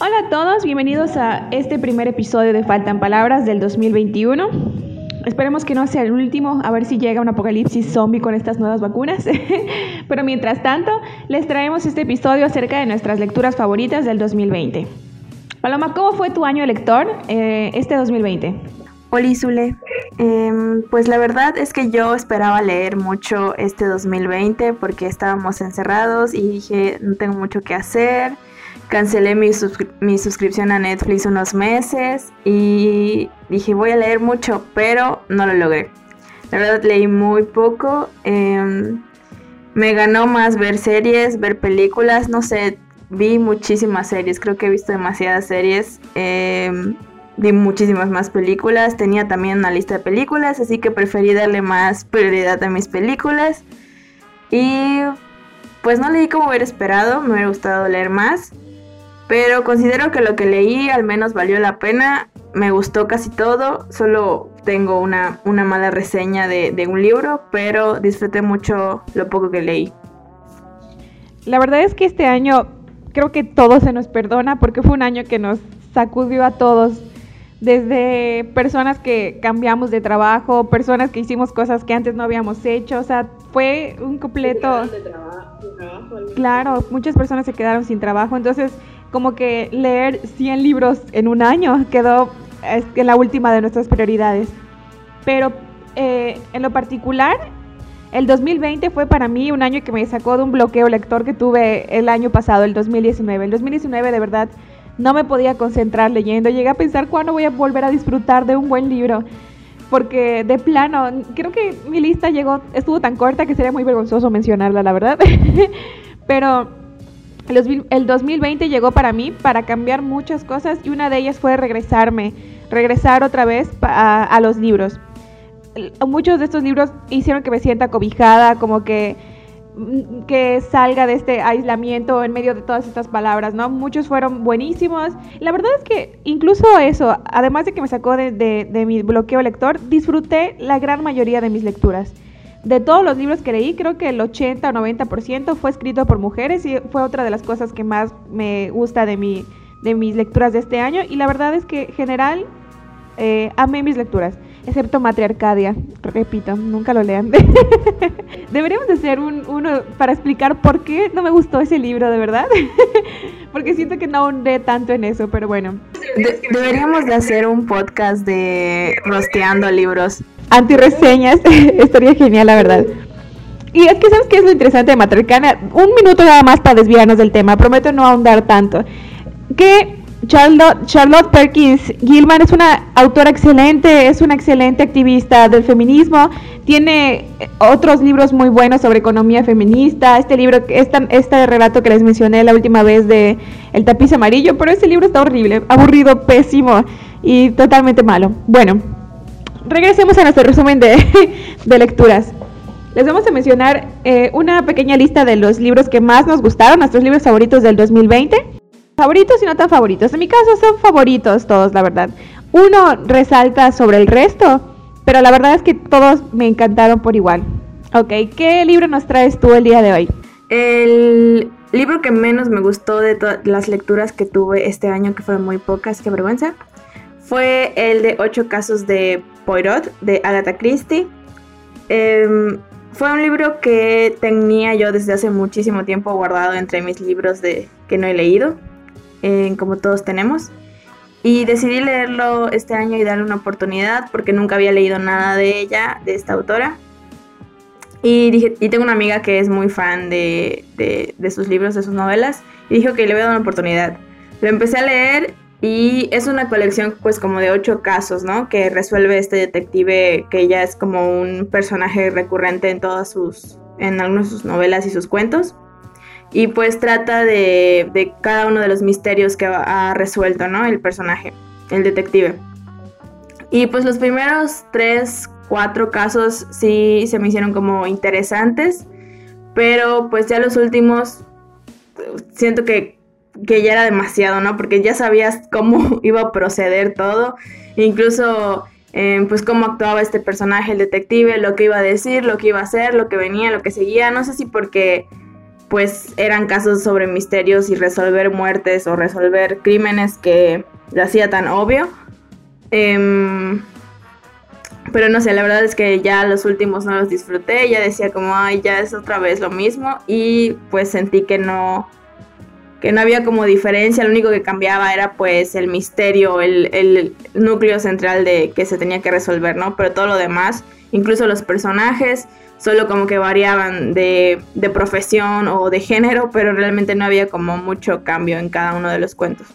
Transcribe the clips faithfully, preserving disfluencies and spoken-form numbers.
Hola a todos, bienvenidos a este primer episodio de Faltan Palabras del dos mil veintiuno. Esperemos que no sea el último, a ver si llega un apocalipsis zombie con estas nuevas vacunas. Pero mientras tanto, les traemos este episodio acerca de nuestras lecturas favoritas del dos mil veinte. Paloma, ¿cómo fue tu año lector eh, este dos mil veinte? Hola Zule, eh, pues la verdad es que yo esperaba leer mucho este dos mil veinte porque estábamos encerrados y dije no tengo mucho que hacer. Cancelé mi, suscri- mi suscripción a Netflix unos meses y dije voy a leer mucho, pero no lo logré. La verdad leí muy poco, eh, me ganó más ver series, ver películas, no sé, vi muchísimas series, creo que he visto demasiadas series, eh, vi muchísimas más películas, tenía también una lista de películas, así que preferí darle más prioridad a mis películas y pues no leí como hubiera esperado, me hubiera gustado leer más. Pero considero que lo que leí al menos valió la pena, me gustó casi todo, solo tengo una, una mala reseña de, de un libro, pero disfruté mucho lo poco que leí. La verdad es que este año creo que todo se nos perdona porque fue un año que nos sacudió a todos, desde personas que cambiamos de trabajo, personas que hicimos cosas que antes no habíamos hecho, o sea, fue un completo... De trabajo, de trabajo, claro, muchas personas se quedaron sin trabajo, entonces como que leer cien libros en un año quedó en la última de nuestras prioridades. Pero eh, en lo particular, el dos mil veinte fue para mí un año que me sacó de un bloqueo lector que tuve el año pasado, el dos mil diecinueve. El dos mil diecinueve de verdad no me podía concentrar leyendo. Llegué a pensar cuándo voy a volver a disfrutar de un buen libro. Porque de plano, creo que mi lista llegó, estuvo tan corta que sería muy vergonzoso mencionarla, la verdad. Pero el dos mil veinte llegó para mí para cambiar muchas cosas y una de ellas fue regresarme, regresar otra vez a, a los libros. Muchos de estos libros hicieron que me sienta cobijada, como que, que salga de este aislamiento en medio de todas estas palabras, ¿no? Muchos fueron buenísimos. La verdad es que incluso eso, además de que me sacó de, de, de mi bloqueo lector, disfruté la gran mayoría de mis lecturas. De todos los libros que leí, creo que el ochenta o noventa por ciento fue escrito por mujeres y fue otra de las cosas que más me gusta de, mi, de mis lecturas de este año. Y la verdad es que en general eh, amé mis lecturas, excepto Matriarcadia. Repito, nunca lo lean. Deberíamos de hacer un, uno para explicar por qué no me gustó ese libro, de verdad. Porque siento que no ahondé tanto en eso, pero bueno. De- deberíamos de hacer un podcast de rosteando libros. Antirreseñas, estaría genial, la verdad. Y es que, ¿sabes qué es lo interesante de Matriarcadia? Un minuto nada más para desviarnos del tema, prometo no ahondar tanto. Que Charlotte, Charlotte Perkins Gilman es una autora excelente, es una excelente activista del feminismo, tiene otros libros muy buenos sobre economía feminista, este libro, este, este relato que les mencioné la última vez de El tapiz amarillo, pero ese libro está horrible, aburrido, pésimo y totalmente malo. Bueno, regresemos a nuestro resumen de, de lecturas. Les vamos a mencionar eh, una pequeña lista de los libros que más nos gustaron, nuestros libros favoritos del dos mil veinte. Favoritos y no tan favoritos. En mi caso son favoritos todos, la verdad. Uno resalta sobre el resto, pero la verdad es que todos me encantaron por igual. Ok, ¿qué libro nos traes tú el día de hoy? El libro que menos me gustó de todas las lecturas que tuve este año, que fueron muy pocas, qué vergüenza, fue el de Ocho casos de Poirot, de Agatha Christie. Eh, fue un libro que tenía yo desde hace muchísimo tiempo guardado entre mis libros de que no he leído, eh, como todos tenemos. Y decidí leerlo este año y darle una oportunidad porque nunca había leído nada de ella, de esta autora. Y dije, y tengo una amiga que es muy fan de, de, de sus libros, de sus novelas, y dijo que le voy a dar una oportunidad. Lo empecé a leer y es una colección pues como de ocho casos, ¿no? Que resuelve este detective que ya es como un personaje recurrente en todas sus, en algunas de sus novelas y sus cuentos. Y pues trata de, de cada uno de los misterios que ha resuelto, ¿no? El personaje, el detective. Y pues los primeros tres, cuatro casos sí se me hicieron como interesantes, pero pues ya los últimos siento que, que ya era demasiado, ¿no? Porque ya sabías cómo iba a proceder todo, incluso eh, pues cómo actuaba este personaje, el detective, lo que iba a decir, lo que iba a hacer, lo que venía, lo que seguía. No sé si porque pues eran casos sobre misterios y resolver muertes o resolver crímenes que lo hacía tan obvio. Eh, pero no sé, la verdad es que ya los últimos no los disfruté, ya decía como, ay, ya es otra vez lo mismo, y pues sentí que no, que no había como diferencia, lo único que cambiaba era pues el misterio, el, el núcleo central de que se tenía que resolver, ¿no? Pero todo lo demás, incluso los personajes, solo como que variaban de, de profesión o de género, pero realmente no había como mucho cambio en cada uno de los cuentos.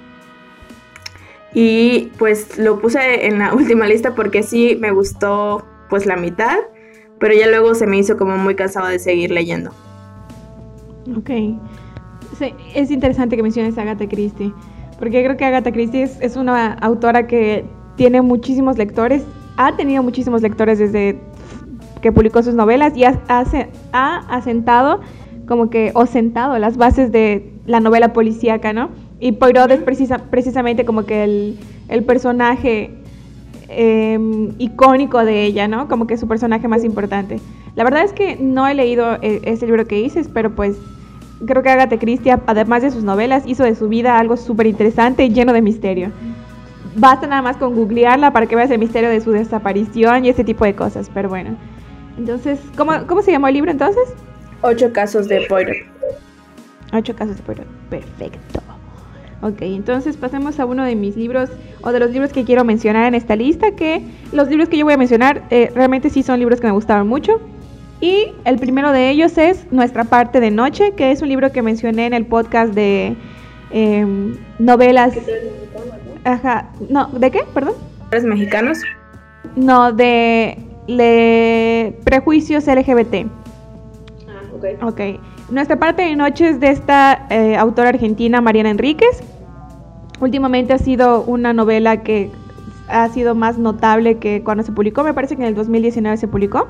Y pues lo puse en la última lista porque sí me gustó pues la mitad, pero ya luego se me hizo como muy cansado de seguir leyendo. Ok. Sí, es interesante que menciones a Agatha Christie, porque creo que Agatha Christie es, es una autora que tiene muchísimos lectores, ha tenido muchísimos lectores desde que publicó sus novelas y ha, hace, ha asentado como que, o sentado las bases de la novela policíaca, ¿no? Y Poirot es precisa, precisamente como que el, el personaje eh, icónico de ella, ¿no? Como que su personaje más importante. La verdad es que no he leído eh, ese libro que dices, pero pues creo que Agatha Christie, además de sus novelas, hizo de su vida algo súper interesante y lleno de misterio. Basta nada más con googlearla para que veas el misterio de su desaparición y ese tipo de cosas, pero bueno. Entonces, ¿cómo, cómo se llamó el libro entonces? Ocho casos de Poirot. Ocho casos de Poirot, perfecto. Ok, entonces pasemos a uno de mis libros, o de los libros que quiero mencionar en esta lista, que los libros que yo voy a mencionar eh, realmente sí son libros que me gustaron mucho. Y el primero de ellos es Nuestra parte de noche, que es un libro que mencioné en el podcast de eh, novelas... Ajá, no, ¿de qué? Perdón. ¿Eres mexicanos? No, de le, prejuicios L G B T. Ah, ok. Ok. Nuestra parte de noche es de esta eh, autora argentina, Mariana Enríquez. Últimamente ha sido una novela que ha sido más notable que cuando se publicó. Me parece que en el dos mil diecinueve se publicó.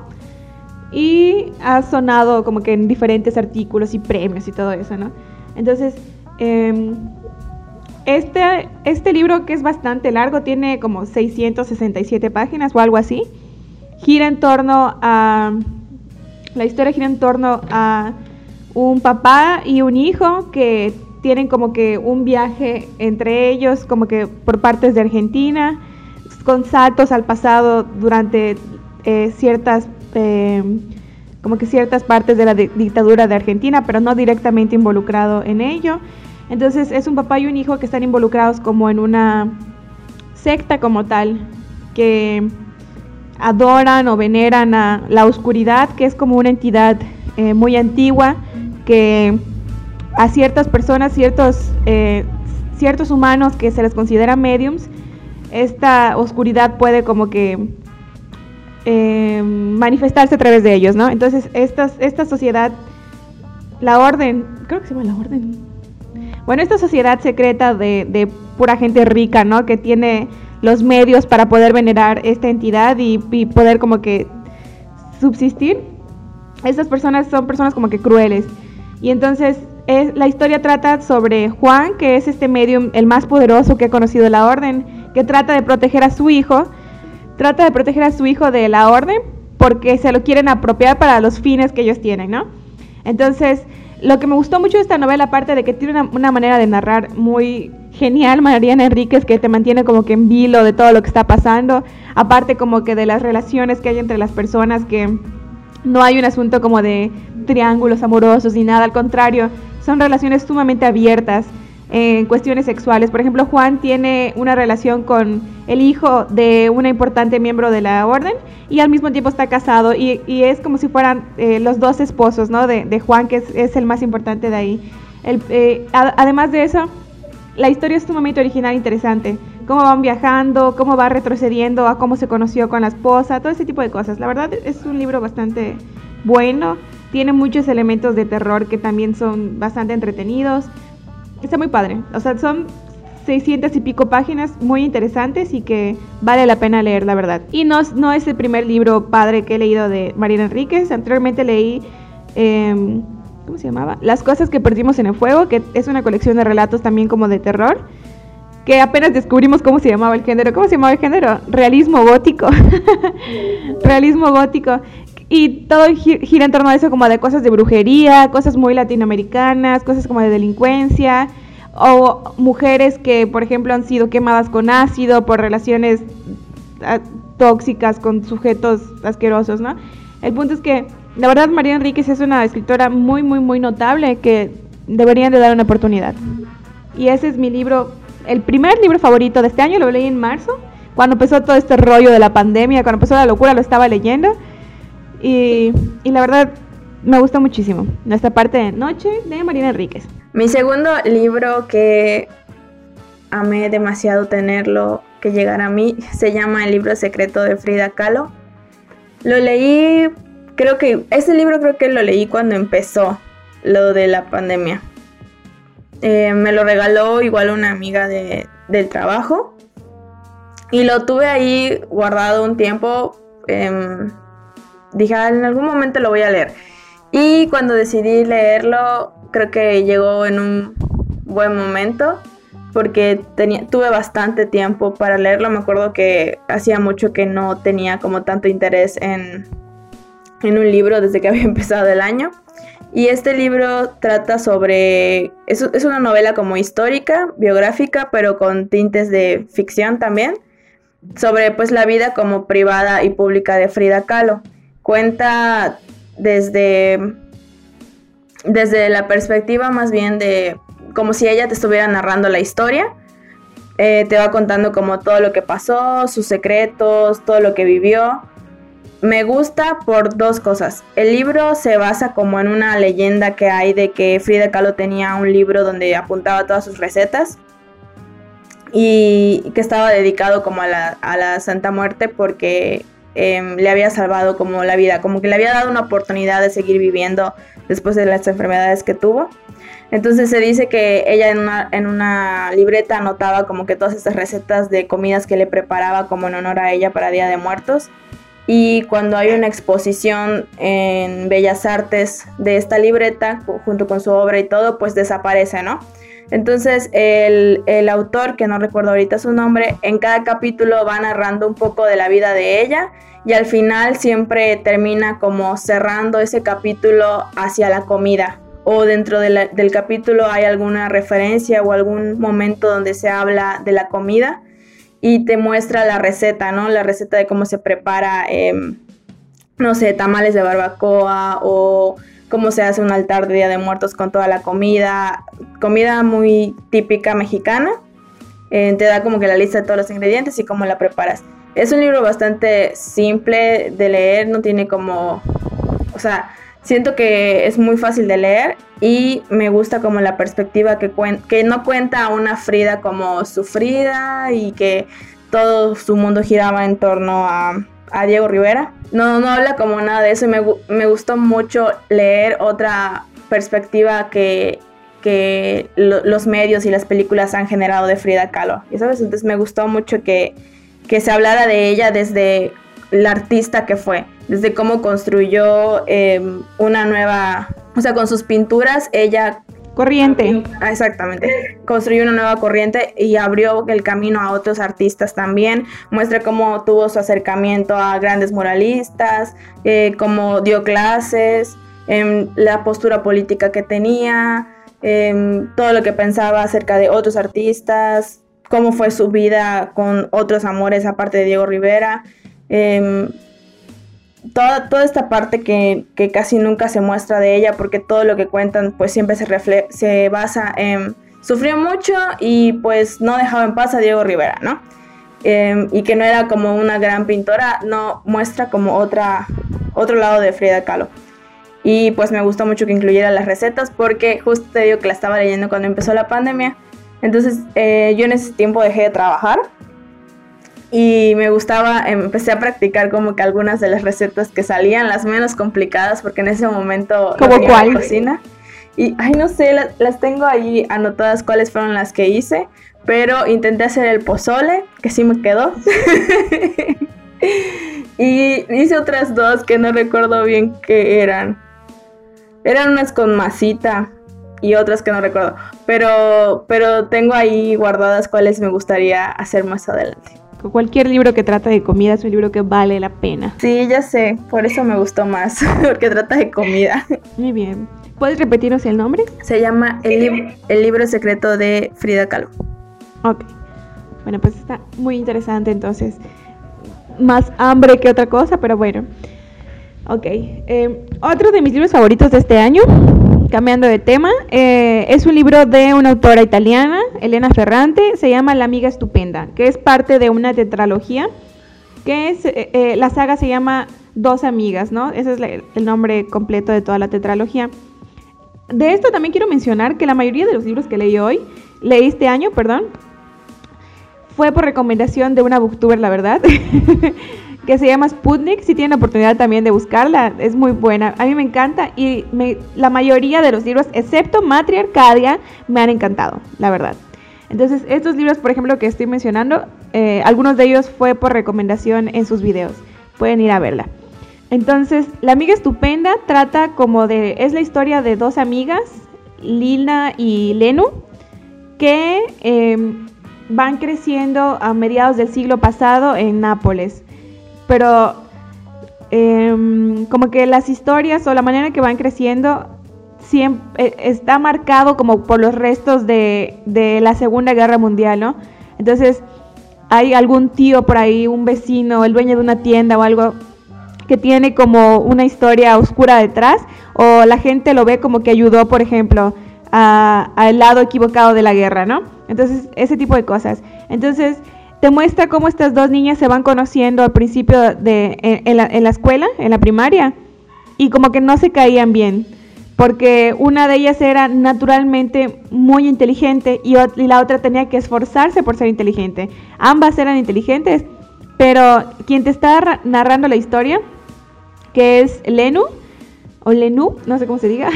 Y ha sonado como que en diferentes artículos y premios y todo eso, ¿no? Entonces, eh, este, este libro, que es bastante largo, tiene como seiscientas sesenta y siete páginas o algo así. Gira en torno a... La historia gira en torno a un papá y un hijo que tienen como que un viaje entre ellos, como que por partes de Argentina, con saltos al pasado durante eh, ciertas, eh, como que ciertas partes de la de- dictadura de Argentina, pero no directamente involucrado en ello. Entonces es un papá y un hijo que están involucrados como en una secta como tal, que adoran o veneran a la oscuridad, que es como una entidad eh, muy antigua, que a ciertas personas, ciertos, eh, ciertos humanos que se les considera mediums, esta oscuridad puede como que eh, manifestarse a través de ellos, ¿no? Entonces esta, esta sociedad, la orden, creo que se llama la orden, bueno, esta sociedad secreta de, de pura gente rica, ¿no? Que tiene los medios para poder venerar esta entidad y, y poder como que subsistir. Estas personas son personas como que crueles. Y entonces es, la historia trata sobre Juan, que es este medium, el más poderoso que ha conocido la orden, que trata de proteger a su hijo, trata de proteger a su hijo de la orden porque se lo quieren apropiar para los fines que ellos tienen, ¿no? Entonces, lo que me gustó mucho de esta novela, aparte de que tiene una, una manera de narrar muy genial, Mariana Enríquez, que te mantiene como que en vilo de todo lo que está pasando, aparte como que de las relaciones que hay entre las personas, que no hay un asunto como de triángulos amorosos ni nada, al contrario, son relaciones sumamente abiertas en cuestiones sexuales. Por ejemplo, Juan tiene una relación con el hijo de una importante miembro de la orden y al mismo tiempo está casado y, y es como si fueran eh, los dos esposos, ¿no? de, de Juan, que es, es el más importante de ahí. El, eh, a, además de eso, la historia es sumamente original e interesante. Cómo van viajando, cómo va retrocediendo a cómo se conoció con la esposa, todo ese tipo de cosas. La verdad es un libro bastante bueno, tiene muchos elementos de terror que también son bastante entretenidos. Está muy padre, o sea, son seiscientas y pico páginas muy interesantes y que vale la pena leer, la verdad. Y no, no es el primer libro padre que he leído de Mariana Enríquez. Anteriormente leí, eh, ¿cómo se llamaba? Las cosas que perdimos en el fuego, que es una colección de relatos también como de terror, que apenas descubrimos cómo se llamaba el género. ¿Cómo se llamaba el género? Realismo gótico. Realismo gótico. Y todo gira en torno a eso, como de cosas de brujería, cosas muy latinoamericanas, cosas como de delincuencia, o mujeres que, por ejemplo, han sido quemadas con ácido por relaciones uh, tóxicas con sujetos asquerosos, ¿no? El punto es que, la verdad, María Enríquez es una escritora muy, muy, muy notable que deberían de dar una oportunidad. Y ese es mi libro, el primer libro favorito de este año, lo leí en marzo, cuando empezó todo este rollo de la pandemia, cuando empezó la locura, lo estaba leyendo. Y, y la verdad, me gusta muchísimo. Nuestra parte de noche de Mariana Enríquez. Mi segundo libro que amé demasiado tenerlo, que llegara a mí, se llama El libro secreto de Frida Kahlo. Lo leí, creo que, ese libro creo que lo leí cuando empezó lo de la pandemia. Eh, me lo regaló igual una amiga de, del trabajo. Y lo tuve ahí guardado un tiempo. Eh, Dije, ah, en algún momento lo voy a leer. Y cuando decidí leerlo, creo que llegó en un buen momento, porque tenía, tuve bastante tiempo para leerlo. Me acuerdo que hacía mucho que no tenía como tanto interés en, en un libro desde que había empezado el año. Y este libro trata sobre... Es, es una novela como histórica, biográfica, pero con tintes de ficción también, sobre pues la vida como privada y pública de Frida Kahlo. Cuenta desde, desde la perspectiva más bien de como si ella te estuviera narrando la historia. Eh, te va contando como todo lo que pasó, sus secretos, todo lo que vivió. Me gusta por dos cosas. El libro se basa como en una leyenda que hay de que Frida Kahlo tenía un libro donde apuntaba todas sus recetas y que estaba dedicado como a la, a la Santa Muerte porque... Eh, le había salvado como la vida, como que le había dado una oportunidad de seguir viviendo después de las enfermedades que tuvo. Entonces se dice que ella en una, en una libreta anotaba como que todas estas recetas de comidas que le preparaba como en honor a ella para Día de Muertos. Y cuando hay una exposición en Bellas Artes de esta libreta junto con su obra y todo, pues desaparece, ¿no? Entonces el, el autor, que no recuerdo ahorita su nombre, en cada capítulo va narrando un poco de la vida de ella y al final siempre termina como cerrando ese capítulo hacia la comida, o dentro de la, del capítulo hay alguna referencia o algún momento donde se habla de la comida y te muestra la receta, ¿no? La receta de cómo se prepara, eh, no sé, tamales de barbacoa o... cómo se hace un altar de Día de Muertos con toda la comida, comida muy típica mexicana. Eh, te da como que la lista de todos los ingredientes y cómo la preparas. Es un libro bastante simple de leer, no tiene como... O sea, siento que es muy fácil de leer y me gusta como la perspectiva que, cuen- que no cuenta a una Frida como sufrida y que todo su mundo giraba en torno a... a Diego Rivera. No, no habla como nada de eso y me, me gustó mucho leer otra perspectiva que, que lo, los medios y las películas han generado de Frida Kahlo. ¿Y sabes? Entonces me gustó mucho que, que se hablara de ella desde la artista que fue, desde cómo construyó eh, una nueva... O sea, con sus pinturas ella... Corriente. Ah, exactamente. Construyó una nueva corriente y abrió el camino a otros artistas también. Muestra cómo tuvo su acercamiento a grandes muralistas, eh, cómo dio clases, eh, la postura política que tenía, eh, todo lo que pensaba acerca de otros artistas, cómo fue su vida con otros amores aparte de Diego Rivera. Eh, Toda, toda esta parte que, que casi nunca se muestra de ella, porque todo lo que cuentan pues siempre se, refle- se basa en sufrió mucho y pues no dejaba en paz a Diego Rivera, ¿no? Eh, y que no era como una gran pintora, no muestra como otra, otro lado de Frida Kahlo. Y pues me gustó mucho que incluyera las recetas porque justo te digo que la estaba leyendo cuando empezó la pandemia. Entonces eh, yo en ese tiempo dejé de trabajar. Y me gustaba, empecé a practicar como que algunas de las recetas que salían, las menos complicadas, porque en ese momento ¿Cómo no cuál? tenía cocina. Y, ay, no sé, la, las tengo ahí anotadas cuáles fueron las que hice, pero intenté hacer el pozole, que sí me quedó. Y hice otras dos que no recuerdo bien qué eran. Eran unas con masita y otras que no recuerdo, pero, pero tengo ahí guardadas cuáles me gustaría hacer más adelante. Cualquier libro que trata de comida es un libro que vale la pena. Sí, ya sé, por eso me gustó más, porque trata de comida. Muy bien. ¿Puedes repetirnos el nombre? Se llama El, lib- el libro secreto de Frida Kahlo. Ok. Bueno, pues está muy interesante entonces. Más hambre que otra cosa, pero bueno. Ok. Eh, otro de mis libros favoritos de este año, cambiando de tema, eh, es un libro de una autora italiana, Elena Ferrante. Se llama La amiga estupenda, que es parte de una tetralogía, que es, eh, eh, la saga se llama Dos amigas, ¿no? Ese es la, el nombre completo de toda la tetralogía. De esto también quiero mencionar que la mayoría de los libros que leí hoy, leí este año, perdón, fue por recomendación de una booktuber, la verdad, que se llama Sputnik. Si tienen la oportunidad también de buscarla, es muy buena. A mí me encanta y me, la mayoría de los libros, excepto Matriarcadia, me han encantado, la verdad. Entonces, estos libros, por ejemplo, que estoy mencionando, eh, algunos de ellos fue por recomendación en sus videos. Pueden ir a verla. Entonces, La amiga estupenda trata como de... Es la historia de dos amigas, Lina y Lenu, que eh, van creciendo a mediados del siglo pasado en Nápoles. Pero eh, como que las historias o la manera en que van creciendo siempre está marcado como por los restos de, de la Segunda Guerra Mundial, ¿no? Entonces hay algún tío por ahí, un vecino, el dueño de una tienda o algo que tiene como una historia oscura detrás, o la gente lo ve como que ayudó, por ejemplo, al lado equivocado de la guerra, ¿no? Entonces, ese tipo de cosas. Entonces, te muestra cómo estas dos niñas se van conociendo al principio de en, en, la, en la escuela, en la primaria, y como que no se caían bien, porque una de ellas era naturalmente muy inteligente y, y la otra tenía que esforzarse por ser inteligente. Ambas eran inteligentes, pero quien te está narrando la historia, que es Lenu, o Lenu, no sé cómo se diga,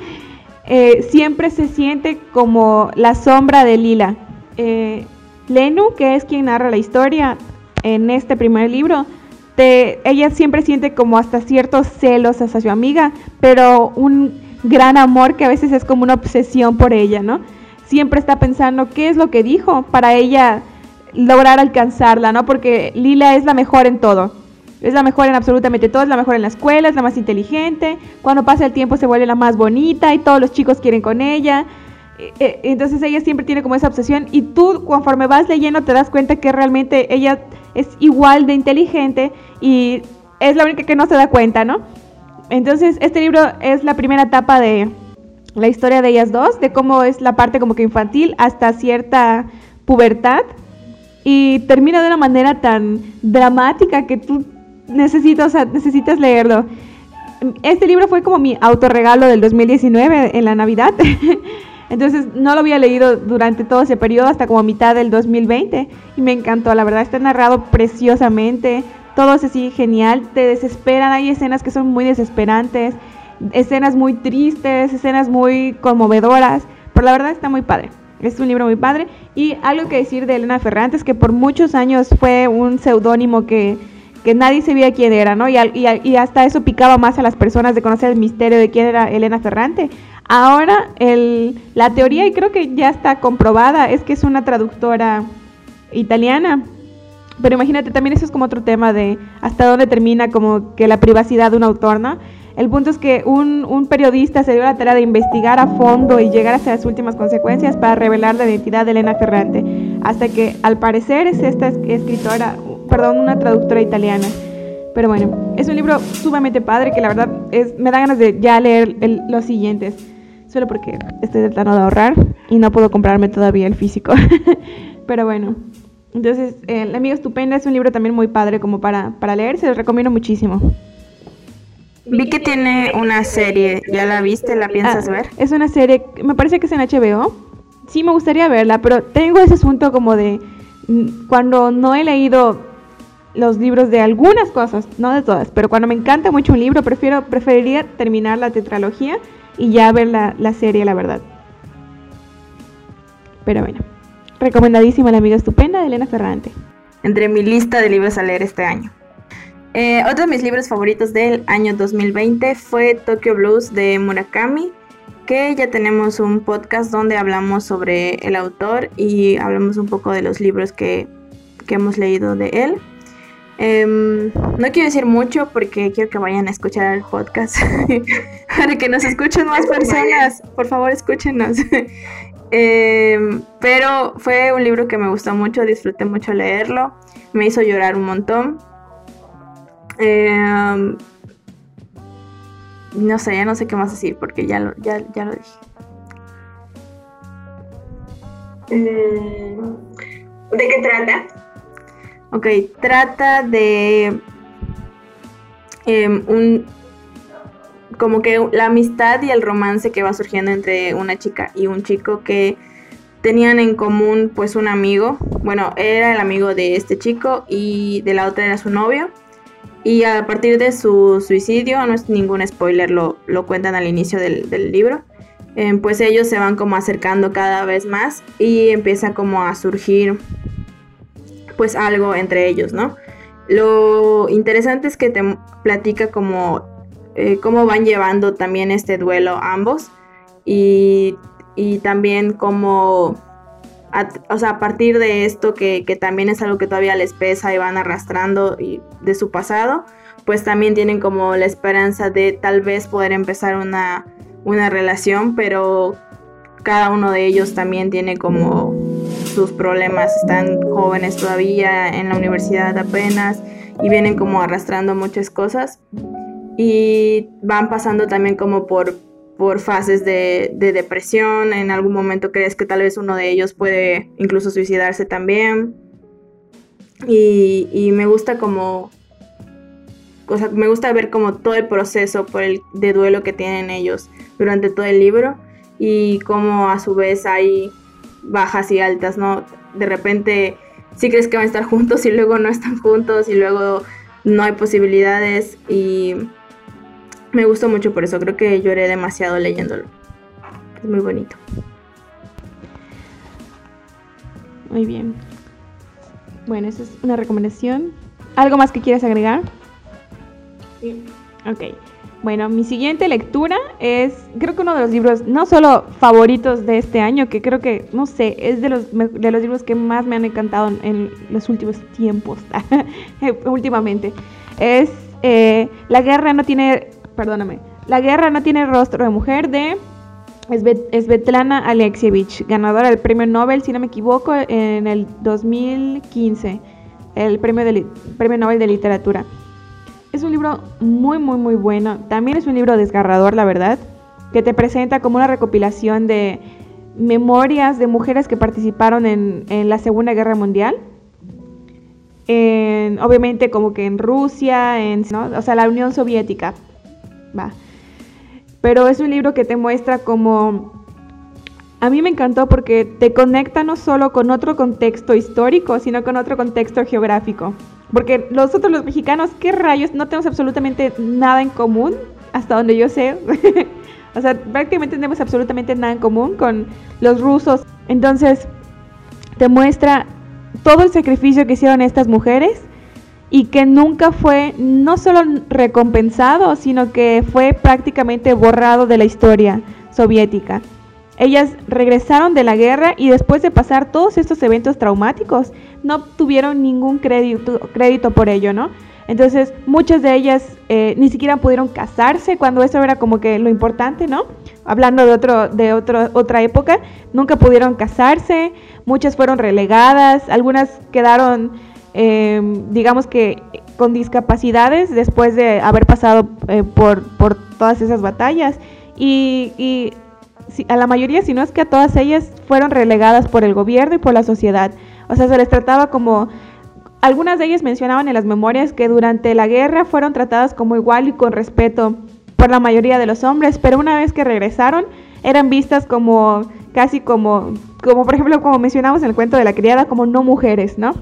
eh, siempre se siente como la sombra de Lila. Eh, Lenu, que es quien narra la historia en este primer libro, te, ella siempre siente como hasta ciertos celos hacia su amiga, pero un gran amor que a veces es como una obsesión por ella, ¿no? Siempre está pensando qué es lo que dijo para ella lograr alcanzarla, ¿no? Porque Lila es la mejor en todo. Es la mejor en absolutamente todo, es la mejor en la escuela, es la más inteligente. Cuando pasa el tiempo se vuelve la más bonita y todos los chicos quieren con ella. Entonces ella siempre tiene como esa obsesión y tú conforme vas leyendo te das cuenta que realmente ella es igual de inteligente y es la única que no se da cuenta, ¿no? Entonces este libro es la primera etapa de la historia de ellas dos, de cómo es la parte como que infantil hasta cierta pubertad, y termina de una manera tan dramática que tú necesitas, o sea, necesitas leerlo. Este libro fue como mi autorregalo del dos mil diecinueve en la Navidad. Entonces no lo había leído durante todo ese periodo hasta como mitad del dos mil veinte y me encantó, la verdad está narrado preciosamente, todo es así genial, te desesperan, hay escenas que son muy desesperantes, escenas muy tristes, escenas muy conmovedoras, pero la verdad está muy padre, es un libro muy padre. Y algo que decir de Elena Ferrante es que por muchos años fue un seudónimo que, que nadie sabía quién era, ¿no? Y, y, y hasta eso picaba más a las personas de conocer el misterio de quién era Elena Ferrante. Ahora el, la teoría, y creo que ya está comprobada, es que es una traductora italiana. Pero imagínate, también eso es como otro tema de hasta dónde termina como que la privacidad de un autor, ¿no? El punto es que un, un periodista se dio la tarea de investigar a fondo y llegar hasta las últimas consecuencias para revelar la identidad de Elena Ferrante, hasta que al parecer es esta escritora, perdón, una traductora italiana. Pero bueno, es un libro sumamente padre que la verdad es, me da ganas de ya leer el, los siguientes, solo porque estoy tratando de ahorrar y no puedo comprarme todavía el físico. Pero bueno, entonces eh, La amiga estupenda es un libro también muy padre como para, para leer, se los recomiendo muchísimo. Vi que tiene una serie, ¿ya la viste? ¿La piensas ah, ver? Es una serie, me parece que es en H B O. Sí me gustaría verla, pero tengo ese asunto como de cuando no he leído los libros de algunas cosas, no de todas, pero cuando me encanta mucho un libro, prefiero preferiría terminar la tetralogía y ya ver la, la serie, la verdad. Pero bueno, recomendadísima La amiga estupenda de Elena Ferrante. Entre mi lista de libros a leer este año. Eh, otro de mis libros favoritos del año dos mil veinte fue Tokyo Blues de Murakami, que ya tenemos un podcast donde hablamos sobre el autor y hablamos un poco de los libros que que hemos leído de él. Eh, no quiero decir mucho porque quiero que vayan a escuchar el podcast para que nos escuchen más personas. Por favor, escúchenos. eh, pero fue un libro que me gustó mucho, disfruté mucho leerlo, me hizo llorar un montón. Eh, no sé, ya no sé qué más decir porque ya lo, ya, ya lo dije. Eh, ¿De qué trata? Ok, trata de eh, un como que la amistad y el romance que va surgiendo entre una chica y un chico que tenían en común pues un amigo. Bueno, era el amigo de este chico y de la otra era su novio. Y a partir de su suicidio, no es ningún spoiler, lo, lo cuentan al inicio del, del libro, eh, pues ellos se van como acercando cada vez más y empieza como a surgir pues algo entre ellos, ¿no? Lo interesante es que te platica como eh, cómo van llevando también este duelo ambos y, y también cómo, a, o sea, a partir de esto que, que también es algo que todavía les pesa y van arrastrando y, de su pasado, pues también tienen como la esperanza de tal vez poder empezar una, una relación, pero cada uno de ellos también tiene como sus problemas, están jóvenes todavía, en la universidad apenas, y vienen como arrastrando muchas cosas y van pasando también como por, por fases de, de depresión. En algún momento crees que tal vez uno de ellos puede incluso suicidarse también, y, y me gusta como, o sea, me gusta ver como todo el proceso por el, de duelo que tienen ellos durante todo el libro, y cómo a su vez hay bajas y altas, ¿no? De repente sí crees que van a estar juntos y luego no están juntos y luego no hay posibilidades, y me gustó mucho por eso, creo que lloré demasiado leyéndolo. Es muy bonito. Muy bien. Bueno, esa es una recomendación. ¿Algo más que quieras agregar? Sí. Ok. Bueno, mi siguiente lectura es, creo que uno de los libros, no solo favoritos de este año, que creo que, no sé, es de los, de los libros que más me han encantado en, en los últimos tiempos, últimamente. Es eh, La guerra no tiene, perdóname, La guerra no tiene rostro de mujer, de Svetlana Alexievich, ganadora del premio Nobel, si no me equivoco, en el dos mil quince, el premio, de, premio Nobel de Literatura. Es un libro muy, muy, muy bueno. También es un libro desgarrador, la verdad, que te presenta como una recopilación de memorias de mujeres que participaron en, en la Segunda Guerra Mundial. En, obviamente como que en Rusia, en, ¿no? O sea, la Unión Soviética. Va. Pero es un libro que te muestra como... A mí me encantó porque te conecta no solo con otro contexto histórico, sino con otro contexto geográfico. Porque nosotros los mexicanos, ¿qué rayos? No tenemos absolutamente nada en común, hasta donde yo sé. O sea, prácticamente no tenemos absolutamente nada en común con los rusos. Entonces, te muestra todo el sacrificio que hicieron estas mujeres y que nunca fue no solo recompensado, sino que fue prácticamente borrado de la historia soviética. Ellas regresaron de la guerra y después de pasar todos estos eventos traumáticos, no tuvieron ningún crédito, crédito por ello, ¿no? Entonces, muchas de ellas eh, ni siquiera pudieron casarse cuando eso era como que lo importante, ¿no? Hablando de otro, de otro, otra época, nunca pudieron casarse, muchas fueron relegadas, algunas quedaron, eh, digamos que con discapacidades después de haber pasado eh, por, por todas esas batallas, y... y a la mayoría, si no es que a todas ellas, fueron relegadas por el gobierno y por la sociedad. O sea, se les trataba como... Algunas de ellas mencionaban en las memorias que durante la guerra fueron tratadas como igual y con respeto por la mayoría de los hombres, pero una vez que regresaron, eran vistas como, casi como, como por ejemplo, como mencionamos en el cuento de la criada, como no mujeres, ¿no?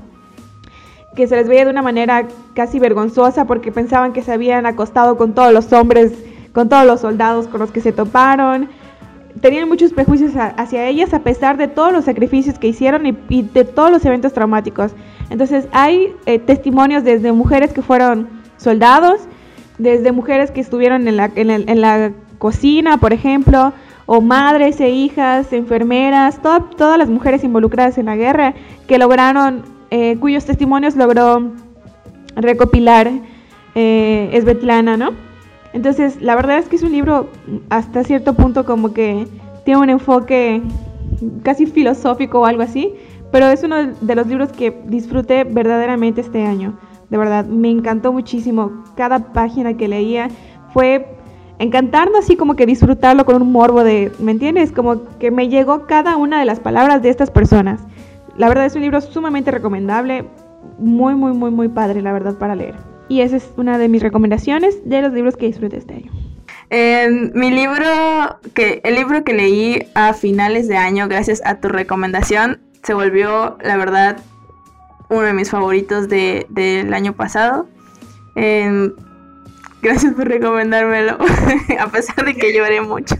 Que se les veía de una manera casi vergonzosa porque pensaban que se habían acostado con todos los hombres, con todos los soldados con los que se toparon. Tenían muchos prejuicios a, hacia ellas a pesar de todos los sacrificios que hicieron y, y de todos los eventos traumáticos. Entonces hay eh, testimonios desde mujeres que fueron soldados, desde mujeres que estuvieron en la, en, el, en la cocina, por ejemplo, o madres e hijas, enfermeras, to- todas las mujeres involucradas en la guerra que lograron eh, cuyos testimonios logró recopilar eh, Svetlana, ¿no? Entonces, la verdad es que es un libro hasta cierto punto como que tiene un enfoque casi filosófico o algo así, pero es uno de los libros que disfruté verdaderamente este año. De verdad, me encantó muchísimo. Cada página que leía fue encantando, así como que disfrutarlo con un morbo de, ¿me entiendes? Como que me llegó cada una de las palabras de estas personas. La verdad es un libro sumamente recomendable, muy, muy, muy, muy padre, la verdad, para leer. Y esa es una de mis recomendaciones de los libros que disfruté este año. Eh, mi libro, que el libro que leí a finales de año, gracias a tu recomendación, se volvió, la verdad, uno de mis favoritos de, del año pasado. Eh, gracias por recomendármelo, a pesar de que lloré mucho.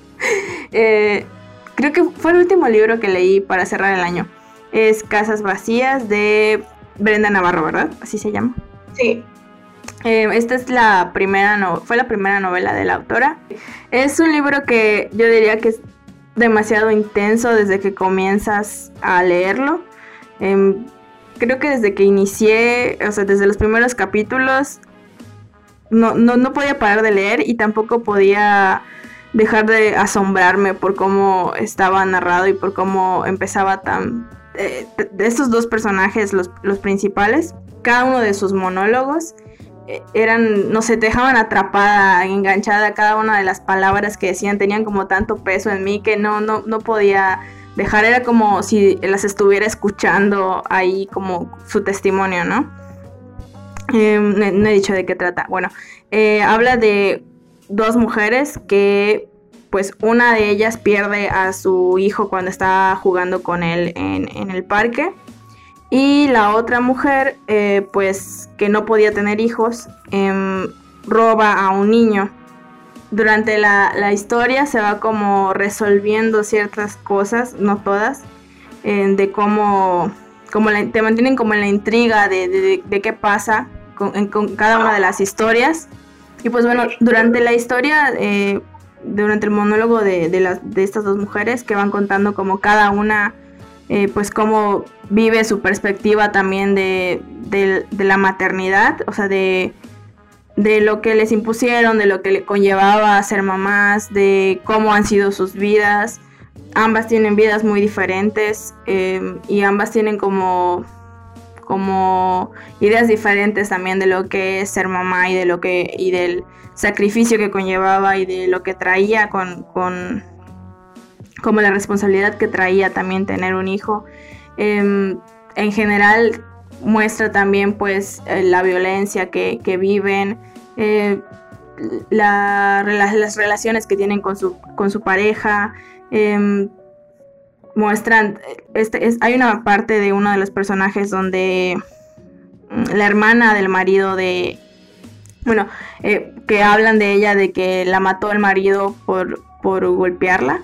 eh, creo que fue el último libro que leí para cerrar el año. Es Casas Vacías de Brenda Navarro, ¿verdad? Así se llama. Sí. Eh, esta es la primera no, fue la primera novela de la autora. Es un libro que yo diría que es demasiado intenso desde que comienzas a leerlo. Eh, creo que desde que inicié, o sea, desde los primeros capítulos, no, no, no podía parar de leer y tampoco podía dejar de asombrarme por cómo estaba narrado y por cómo empezaba tan... Eh, de, de estos dos personajes, los, los principales, cada uno de sus monólogos eran, no sé, te dejaban atrapada, enganchada a cada una de las palabras que decían, tenían como tanto peso en mí que no, no, no podía dejar, era como si las estuviera escuchando ahí como su testimonio, ¿no? Eh, no, no he dicho de qué trata. Bueno, eh, habla de dos mujeres que, pues, una de ellas pierde a su hijo cuando está jugando con él en, en el parque. Y la otra mujer, eh, pues, que no podía tener hijos, eh, roba a un niño. Durante la, la historia se va como resolviendo ciertas cosas, no todas, eh, de cómo, cómo la, te mantienen como en la intriga de, de, de, de qué pasa con, en, con cada una de las historias. Y pues bueno, durante la historia, eh, durante el monólogo de, de, las, de estas dos mujeres que van contando como cada una... Eh, pues cómo vive su perspectiva también de, de, de la maternidad, o sea, de, de lo que les impusieron, de lo que le conllevaba a ser mamás, de cómo han sido sus vidas. Ambas tienen vidas muy diferentes eh, y ambas tienen como, como ideas diferentes también de lo que es ser mamá y de lo que y del sacrificio que conllevaba y de lo que traía con... con como la responsabilidad que traía también tener un hijo. Eh, en general muestra también pues eh, la violencia que, que viven, eh, la, la, las relaciones que tienen con su, con su pareja. Eh, muestran, este, es, hay una parte de uno de los personajes donde la hermana del marido de... Bueno, eh, que hablan de ella de que la mató el marido por, por golpearla.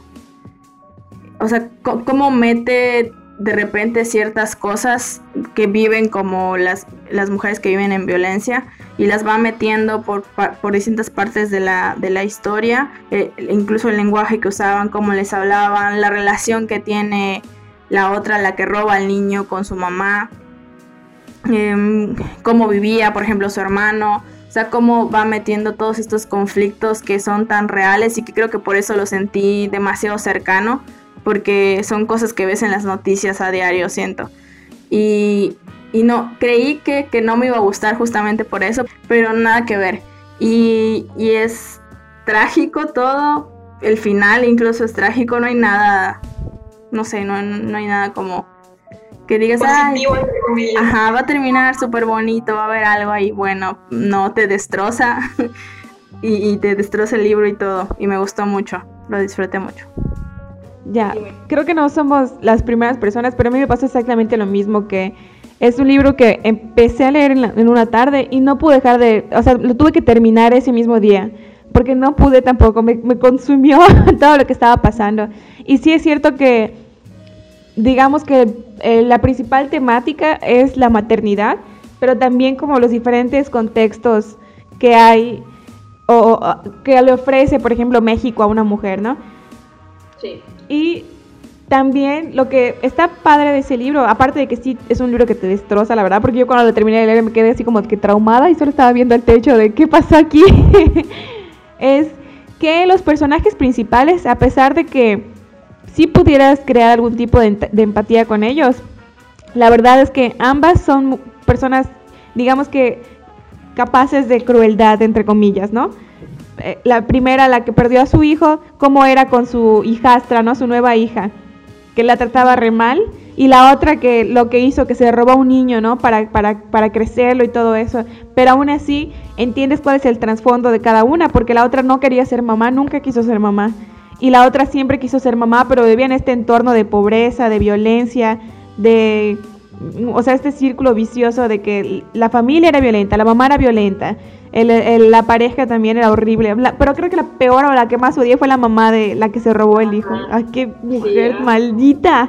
O sea, c- cómo mete de repente ciertas cosas que viven como las, las mujeres que viven en violencia y las va metiendo por, por distintas partes de la, de la historia, eh, incluso el lenguaje que usaban, cómo les hablaban, la relación que tiene la otra, la que roba al niño con su mamá, eh, cómo vivía, por ejemplo, su hermano. O sea, cómo va metiendo todos estos conflictos que son tan reales y que creo que por eso lo sentí demasiado cercano, porque son cosas que ves en las noticias a diario, siento. Y, y no, creí que, que no me iba a gustar justamente por eso, pero nada que ver. Y, y es trágico todo, el final incluso es trágico, no hay nada, no sé, no, no hay nada como que digas, positivo, ay, entre comillas. Ajá, va a terminar súper bonito, va a haber algo ahí, bueno, no, te destroza y, y te destroza el libro y todo, y me gustó mucho, lo disfruté mucho. Ya, creo que no somos las primeras personas, pero a mí me pasó exactamente lo mismo, que es un libro que empecé a leer en, la, en una tarde y no pude dejar de, o sea, lo tuve que terminar ese mismo día, porque no pude tampoco, me, me consumió todo lo que estaba pasando. Y sí es cierto que, digamos que eh, la principal temática es la maternidad, pero también como los diferentes contextos que hay, o, o que le ofrece, por ejemplo, México a una mujer, ¿no? Sí. Y también lo que está padre de ese libro, aparte de que sí es un libro que te destroza, la verdad, porque yo cuando lo terminé de leer me quedé así como que traumada y solo estaba viendo el techo de qué pasó aquí, es que los personajes principales, a pesar de que sí pudieras crear algún tipo de, de empatía con ellos, la verdad es que ambas son personas, digamos que capaces de crueldad, entre comillas, ¿no? Eh, la primera, la que perdió a su hijo, cómo era con su hijastra, ¿no? Su nueva hija, que la trataba re mal, y la otra que lo que hizo, que se robó a un niño, ¿no? Para, para, para crecerlo y todo eso, pero aún así entiendes cuál es el trasfondo de cada una, porque la otra no quería ser mamá, nunca quiso ser mamá, y la otra siempre quiso ser mamá, pero vivía en este entorno de pobreza, de violencia, de, o sea, este círculo vicioso de que la familia era violenta, la mamá era violenta, el, el, la pareja también era horrible, la, pero creo que la peor o la que más odié fue la mamá de la que se robó el hijo. Ay, qué mujer sí, maldita.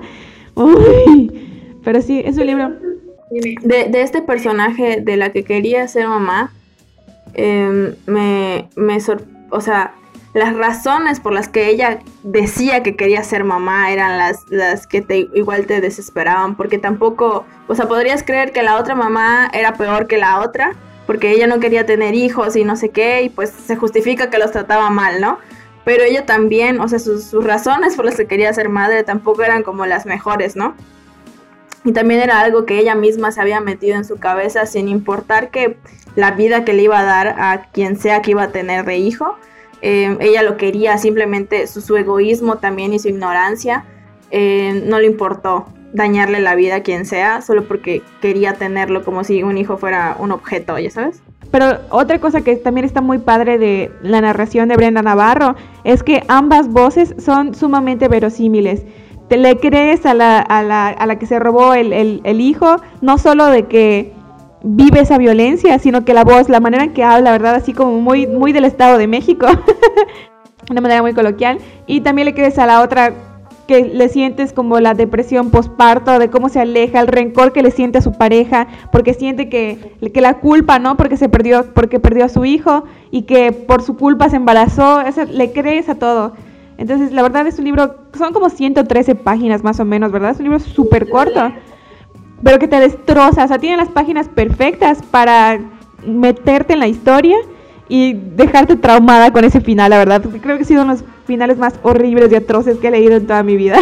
Uy, pero sí, es un libro. De, de este personaje de la que quería ser mamá, eh, me, me sor- o sea, las razones por las que ella decía que quería ser mamá eran las, las que te, igual te desesperaban, porque tampoco, o sea, podrías creer que la otra mamá era peor que la otra, porque ella no quería tener hijos y no sé qué, y pues se justifica que los trataba mal, ¿no? Pero ella también, o sea, sus, sus razones por las que quería ser madre tampoco eran como las mejores, ¿no? Y también era algo que ella misma se había metido en su cabeza, sin importar que la vida que le iba a dar a quien sea que iba a tener de hijo, eh, ella lo quería, simplemente su, su egoísmo también y su ignorancia, eh, no le importó dañarle la vida a quien sea, solo porque quería tenerlo como si un hijo fuera un objeto, ¿ya sabes? Pero otra cosa que también está muy padre de la narración de Brenda Navarro es que ambas voces son sumamente verosímiles. Te le crees a la, a la, a la que se robó el, el, el hijo, no solo de que vive esa violencia, sino que la voz, la manera en que habla, ¿verdad? Así como muy, muy del Estado de México, de una manera muy coloquial. Y también le crees a la otra que le sientes como la depresión posparto, de cómo se aleja, el rencor que le siente a su pareja, porque siente que, que la culpa, ¿no? Porque se perdió, porque perdió a su hijo y que por su culpa se embarazó, esa, le crees a todo. Entonces, la verdad es un libro, son como ciento trece páginas más o menos, ¿verdad? Es un libro súper corto, pero que te destroza, o sea, tiene las páginas perfectas para meterte en la historia y dejarte traumada con ese final, la verdad. Creo que ha sido uno de los finales más horribles y atroces que he leído en toda mi vida.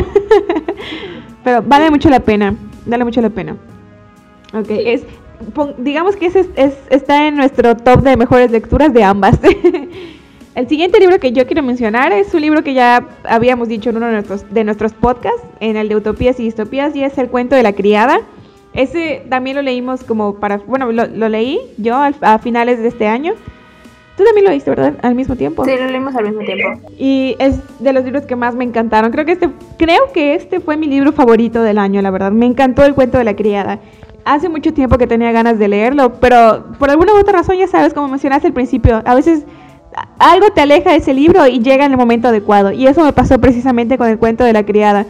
Pero vale mucho la pena, vale mucho la pena. Ok, es, digamos que ese es, es, está en nuestro top de mejores lecturas de ambas. El siguiente libro que yo quiero mencionar es un libro que ya habíamos dicho en uno de nuestros, de nuestros podcasts, en el de Utopías y Distopías, y es El cuento de la criada. Ese también lo leímos como para, bueno, lo, lo leí yo a, a finales de este año. Tú también lo leíste, ¿verdad? Al mismo tiempo. Sí, lo leímos al mismo tiempo. Y es de los libros que más me encantaron. Creo que este, creo que este fue mi libro favorito del año, la verdad. Me encantó El cuento de la criada. Hace mucho tiempo que tenía ganas de leerlo, pero por alguna u otra razón, ya sabes, como mencionaste al principio, a veces algo te aleja de ese libro y llega en el momento adecuado. Y eso me pasó precisamente con El cuento de la criada,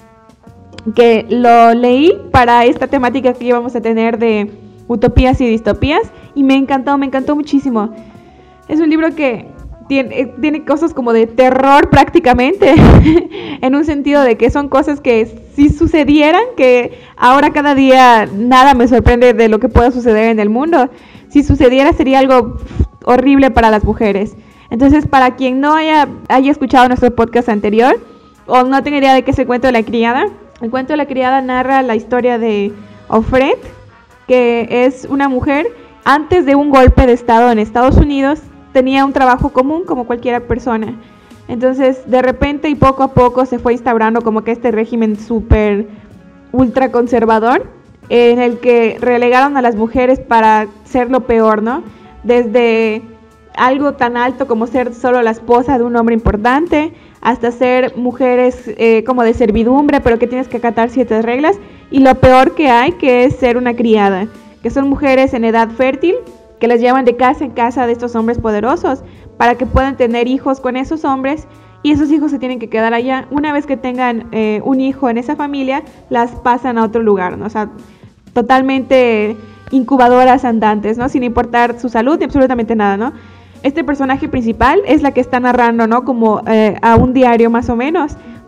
que lo leí para esta temática que íbamos a tener de utopías y distopías, y me encantó, me encantó muchísimo. Es un libro que tiene, tiene cosas como de terror prácticamente, en un sentido de que son cosas que si sucedieran, que ahora cada día nada me sorprende de lo que pueda suceder en el mundo, si sucediera sería algo horrible para las mujeres. Entonces, para quien no haya, haya escuchado nuestro podcast anterior, o no tenga idea de qué es El cuento de la criada, El cuento de la criada narra la historia de Ofred, que es una mujer, antes de un golpe de estado en Estados Unidos, tenía un trabajo común como cualquier persona. Entonces, de repente y poco a poco se fue instaurando como que este régimen súper ultra conservador, en el que relegaron a las mujeres para ser lo peor, ¿no? Desde algo tan alto como ser solo la esposa de un hombre importante, hasta ser mujeres eh, como de servidumbre, pero que tienes que acatar ciertas reglas, y lo peor que hay, que es ser una criada, que son mujeres en edad fértil, que las llevan de casa en casa de estos hombres poderosos para que puedan tener hijos con esos hombres, y esos hijos se tienen que quedar allá. Una vez que tengan eh, un hijo en esa familia, las pasan a otro lugar, ¿no? O sea, totalmente incubadoras andantes, ¿no? Sin importar su salud ni absolutamente nada, ¿no? Este personaje principal es la que está narrando, ¿no? Como eh, a un diario más o menos,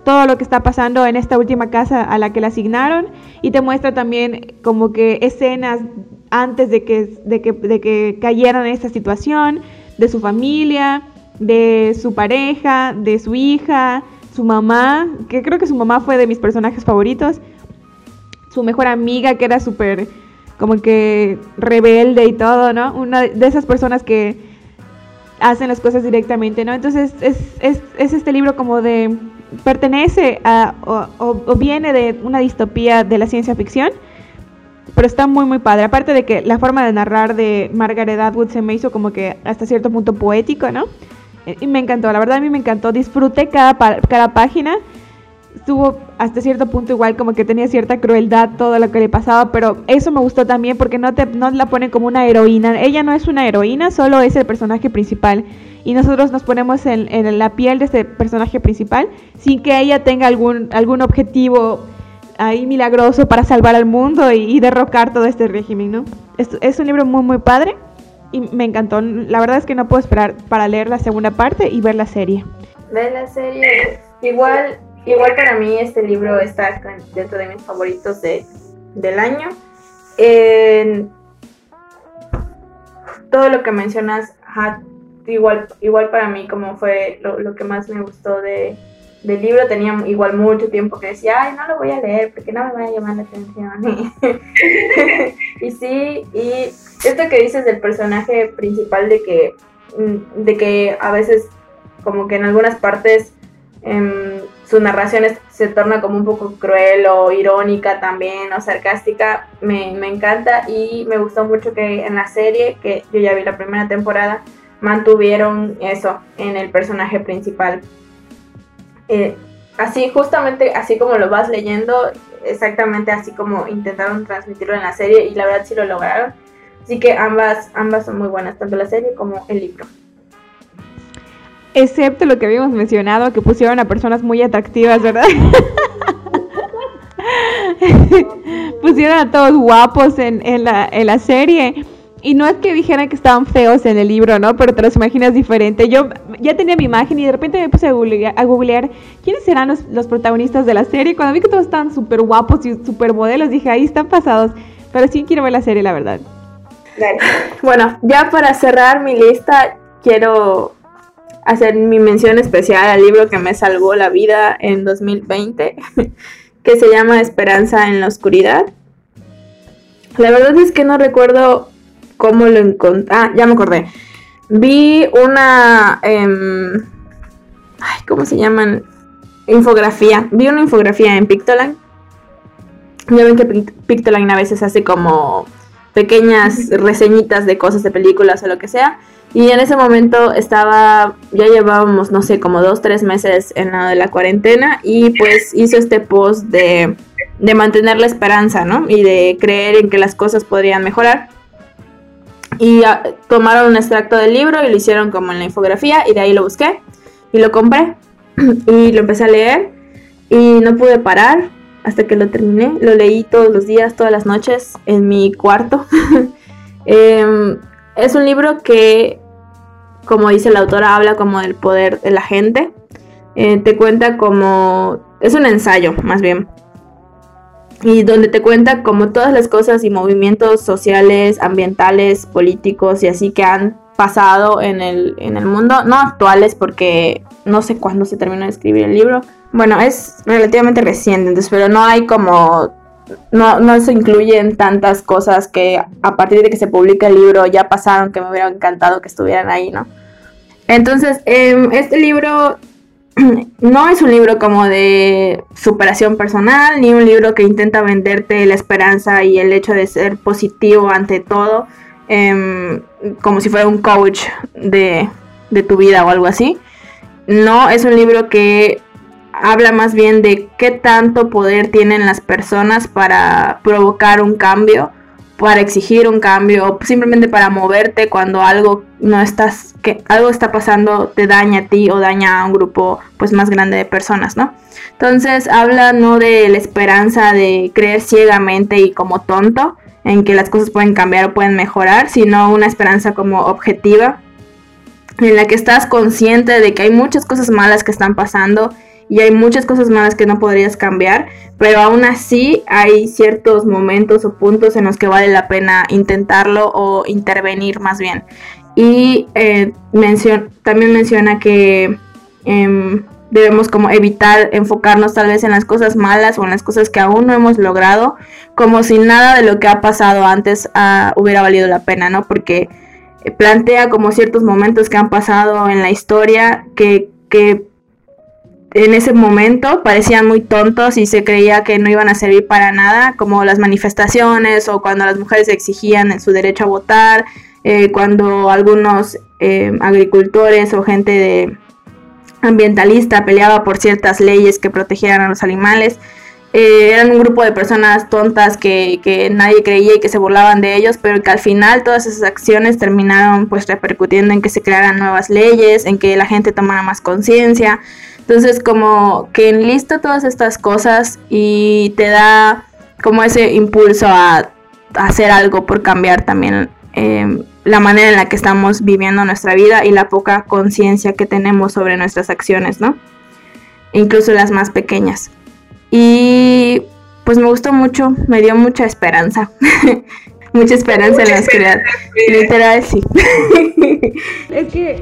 todo lo que está pasando en esta última casa a la que la asignaron, y te muestra también como que escenas antes de que, de que, de que cayeran en esta situación, de su familia, de su pareja, de su hija, su mamá, que creo que su mamá fue de mis personajes favoritos, su mejor amiga, que era súper como que rebelde y todo, ¿no? Una de esas personas que hacen las cosas directamente, ¿no? Entonces es, es, es este libro como de, pertenece a, o, o, o viene de una distopía de la ciencia ficción, pero está muy muy padre, aparte de que la forma de narrar de Margaret Atwood se me hizo como que hasta cierto punto poético, ¿no? Y me encantó, la verdad a mí me encantó, disfruté cada, cada página. Estuvo hasta cierto punto igual como que tenía cierta crueldad todo lo que le pasaba, pero eso me gustó también porque no, te, no la ponen como una heroína. Ella no es una heroína, solo es el personaje principal, y nosotros nos ponemos en, en la piel de este personaje principal sin que ella tenga algún, algún objetivo ahí milagroso para salvar al mundo y, y derrocar todo este régimen, ¿no? Es, es un libro muy muy padre y me encantó. La verdad es que no puedo esperar para leer la segunda parte y ver la serie. Ver la serie, igual... Igual para mí este libro está dentro de mis favoritos de, del año. Eh, todo lo que mencionas, ja, igual, igual para mí como fue lo, lo que más me gustó de, del libro. Tenía igual mucho tiempo que decía, ay, no lo voy a leer porque no me va a llamar la atención. Y sí, y esto que dices del personaje principal de que, de que a veces como que en algunas partes... Eh, su narración es, se torna como un poco cruel o irónica también o sarcástica, me, me encanta, y me gustó mucho que en la serie, que yo ya vi la primera temporada, mantuvieron eso en el personaje principal. Eh, así, justamente así como lo vas leyendo, exactamente así como intentaron transmitirlo en la serie, y la verdad sí lo lograron. Así que ambas, ambas son muy buenas, tanto la serie como el libro. Excepto lo que habíamos mencionado, que pusieron a personas muy atractivas, ¿verdad? Pusieron a todos guapos en, en, la, en la serie. Y no es que dijeran que estaban feos en el libro, ¿no? Pero te los imaginas diferente. Yo ya tenía mi imagen y de repente me puse a googlear, a googlear quiénes serán los, los protagonistas de la serie. Cuando vi que todos estaban súper guapos y súper modelos, dije, ahí están pasados. Pero sí quiero ver la serie, la verdad. Bueno, ya para cerrar mi lista, quiero... hacer mi mención especial al libro que me salvó la vida en dos mil veinte, que se llama Esperanza en la Oscuridad. La verdad es que no recuerdo cómo lo encontré. Ah, ya me acordé. Vi una... Eh, ay, ¿cómo se llaman? Infografía. Vi una infografía en Pictoline. Ya ven que Pictoline a veces hace como pequeñas reseñitas de cosas de películas o lo que sea. Y en ese momento estaba, ya llevábamos, no sé, como dos, tres meses en la de la cuarentena, y pues hizo este post de, de mantener la esperanza, ¿no? Y de creer en que las cosas podrían mejorar. Y a, tomaron un extracto del libro y lo hicieron como en la infografía, y de ahí lo busqué y lo compré y lo empecé a leer y no pude parar hasta que lo terminé. Lo leí todos los días, todas las noches en mi cuarto. eh, Es un libro que, como dice la autora, habla como del poder de la gente. Eh, te cuenta como... es un ensayo, más bien. Y donde te cuenta como todas las cosas y movimientos sociales, ambientales, políticos y así que han pasado en el, en el mundo. No actuales, porque no sé cuándo se terminó de escribir el libro. Bueno, es relativamente reciente, entonces, pero no hay como... No, no se incluyen tantas cosas que a partir de que se publica el libro ya pasaron, que me hubiera encantado que estuvieran ahí, ¿no? Entonces, eh, este libro no es un libro como de superación personal, ni un libro que intenta venderte la esperanza y el hecho de ser positivo ante todo, eh, como si fuera un coach de, de tu vida o algo así. No, es un libro que habla más bien de qué tanto poder tienen las personas para provocar un cambio, para exigir un cambio, o simplemente para moverte cuando algo no estás, que algo está pasando, te daña a ti o daña a un grupo pues más grande de personas, ¿no? Entonces habla no de la esperanza de creer ciegamente y como tonto en que las cosas pueden cambiar o pueden mejorar, sino una esperanza como objetiva, en la que estás consciente de que hay muchas cosas malas que están pasando y hay muchas cosas malas que no podrías cambiar, pero aún así hay ciertos momentos o puntos en los que vale la pena intentarlo o intervenir más bien. Y eh, mencion- también menciona que eh, debemos como evitar enfocarnos tal vez en las cosas malas o en las cosas que aún no hemos logrado, como si nada de lo que ha pasado antes uh, hubiera valido la pena, ¿no? Porque plantea como ciertos momentos que han pasado en la historia que, que en ese momento parecían muy tontos y se creía que no iban a servir para nada, como las manifestaciones o cuando las mujeres exigían su derecho a votar, eh, cuando algunos eh, agricultores o gente de ambientalista peleaba por ciertas leyes que protegieran a los animales. Eh, eran un grupo de personas tontas que, que nadie creía y que se burlaban de ellos, pero que al final todas esas acciones terminaron pues repercutiendo en que se crearan nuevas leyes, en que la gente tomara más conciencia. Entonces como que enlista todas estas cosas y te da como ese impulso a, a hacer algo por cambiar también eh, la manera en la que estamos viviendo nuestra vida y la poca conciencia que tenemos sobre nuestras acciones, ¿no? Incluso las más pequeñas. Y pues me gustó mucho, me dio mucha esperanza. Mucha esperanza mucha en la oscuridad. Literal, sí. Es que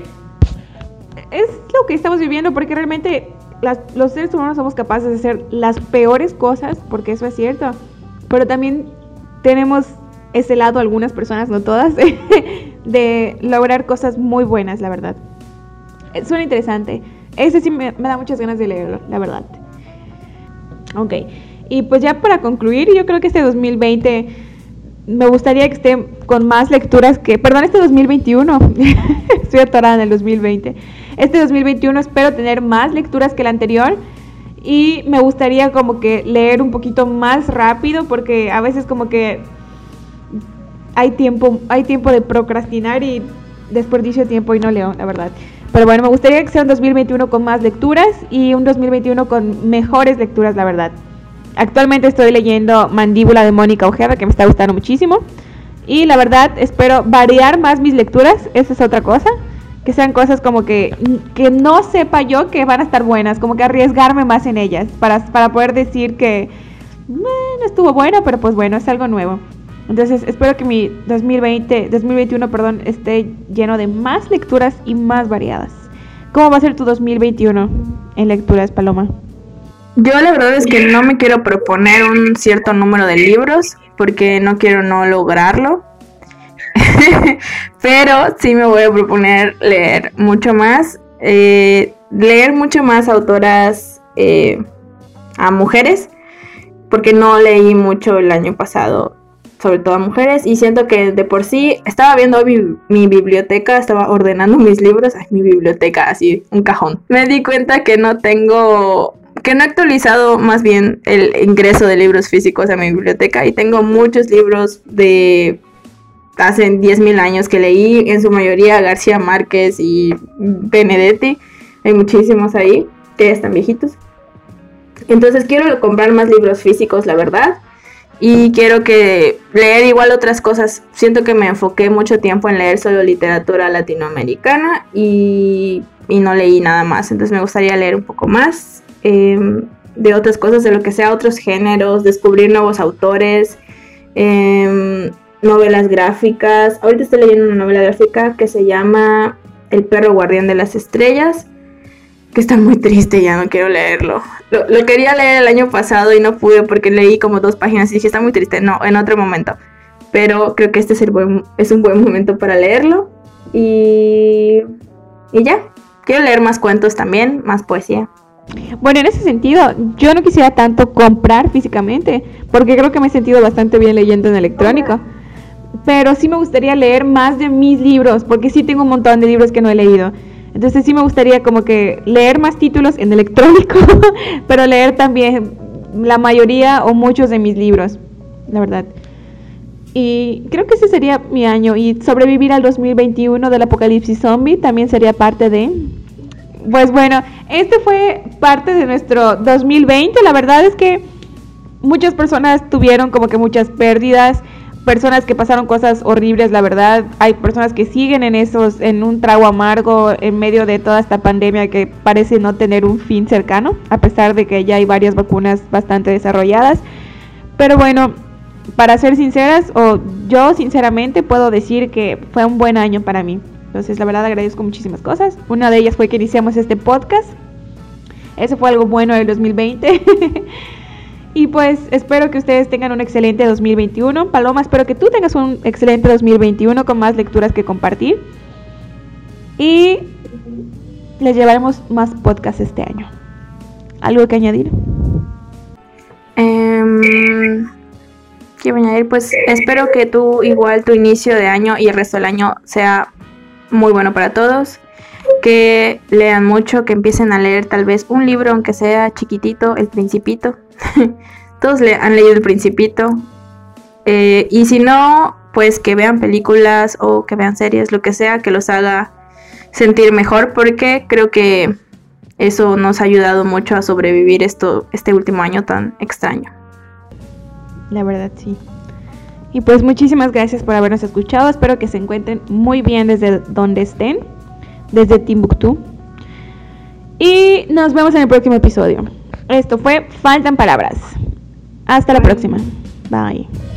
es lo que estamos viviendo, porque realmente las, los seres humanos somos capaces de hacer las peores cosas, porque eso es cierto. Pero también tenemos ese lado, algunas personas, no todas, de lograr cosas muy buenas, la verdad. Suena interesante. Ese sí me, me da muchas ganas de leerlo, la verdad. Ok, y pues ya para concluir, yo creo que este dos mil veinte me gustaría que esté con más lecturas que... Perdón, este dos mil veintiuno, estoy atorada en el dos mil veinte. Este dos mil veintiuno espero tener más lecturas que el anterior y me gustaría como que leer un poquito más rápido, porque a veces como que hay tiempo, hay tiempo de procrastinar y desperdicio de tiempo y no leo, la verdad. Pero bueno, me gustaría que sea un dos mil veintiuno con más lecturas y un dos mil veintiuno con mejores lecturas, la verdad. Actualmente estoy leyendo Mandíbula de Mónica Ojeda, que me está gustando muchísimo. Y la verdad, espero variar más mis lecturas, esa es otra cosa. Que sean cosas como que, que no sepa yo que van a estar buenas, como que arriesgarme más en ellas, para, para poder decir que no estuvo bueno, pero pues bueno, es algo nuevo. Entonces espero que mi dos mil veinte, dos mil veintiuno perdón, esté lleno de más lecturas y más variadas. ¿Cómo va a ser tu dos mil veintiuno en lecturas, Paloma? Yo la verdad es que no me quiero proponer un cierto número de libros porque no quiero no lograrlo. Pero sí me voy a proponer leer mucho más. Eh, leer mucho más autoras eh, a mujeres, porque no leí mucho el año pasado, sobre todo a mujeres, y siento que de por sí estaba viendo mi, mi biblioteca, estaba ordenando mis libros, ay, mi biblioteca, así, un cajón. Me di cuenta que no tengo, que no he actualizado más bien el ingreso de libros físicos a mi biblioteca, y tengo muchos libros de hace diez mil años que leí, en su mayoría García Márquez y Benedetti, hay muchísimos ahí, que ya están viejitos. Entonces quiero comprar más libros físicos, la verdad. Y quiero que leer igual otras cosas. Siento que me enfoqué mucho tiempo en leer solo literatura latinoamericana y, y no leí nada más. Entonces me gustaría leer un poco más eh, de otras cosas, de lo que sea, otros géneros, descubrir nuevos autores, eh, novelas gráficas. Ahorita estoy leyendo una novela gráfica que se llama El perro guardián de las estrellas, que está muy triste, ya no quiero leerlo. Lo, lo quería leer el año pasado y no pude porque leí como dos páginas y dije, está muy triste, no, en otro momento. Pero creo que este es, el buen, es un buen momento para leerlo. Y, y ya, quiero leer más cuentos también, más poesía. Bueno, en ese sentido, yo no quisiera tanto comprar físicamente, porque creo que me he sentido bastante bien leyendo en electrónico. Pero sí me gustaría leer más de mis libros, porque sí tengo un montón de libros que no he leído. Entonces sí me gustaría como que leer más títulos en electrónico, pero leer también la mayoría o muchos de mis libros, la verdad. Y creo que ese sería mi año. Y sobrevivir al dos mil veintiuno del apocalipsis zombie también sería parte de... Pues bueno, este fue parte de nuestro dos mil veinte. La verdad es que muchas personas tuvieron como que muchas pérdidas. personas que pasaron cosas horribles, la verdad. Hay personas que siguen en esos, en un trago amargo en medio de toda esta pandemia que parece no tener un fin cercano, a pesar de que ya hay varias vacunas bastante desarrolladas. Pero bueno, para ser sinceras, o yo sinceramente puedo decir que fue un buen año para mí. Entonces la verdad agradezco muchísimas cosas. Una de ellas fue que iniciamos este podcast. Eso fue algo bueno del dos mil veinte. Y pues espero que ustedes tengan un excelente dos mil veintiuno. Paloma, espero que tú tengas un excelente dos mil veintiuno con más lecturas que compartir. Y les llevaremos más podcasts este año. ¿Algo que añadir? Um, quiero añadir, pues espero que tú igual tu inicio de año y el resto del año sea muy bueno para todos. Que lean mucho, que empiecen a leer tal vez un libro, aunque sea chiquitito, El Principito. Todos le han leído El Principito. Eh, y si no, pues que vean películas o que vean series, lo que sea, que los haga sentir mejor, porque creo que eso nos ha ayudado mucho a sobrevivir esto, este último año tan extraño. La verdad, sí. Y pues muchísimas gracias por habernos escuchado. Espero que se encuentren muy bien desde donde estén, desde Timbuktu. Y nos vemos en el próximo episodio. Esto fue Faltan Palabras. Hasta la próxima. Bye.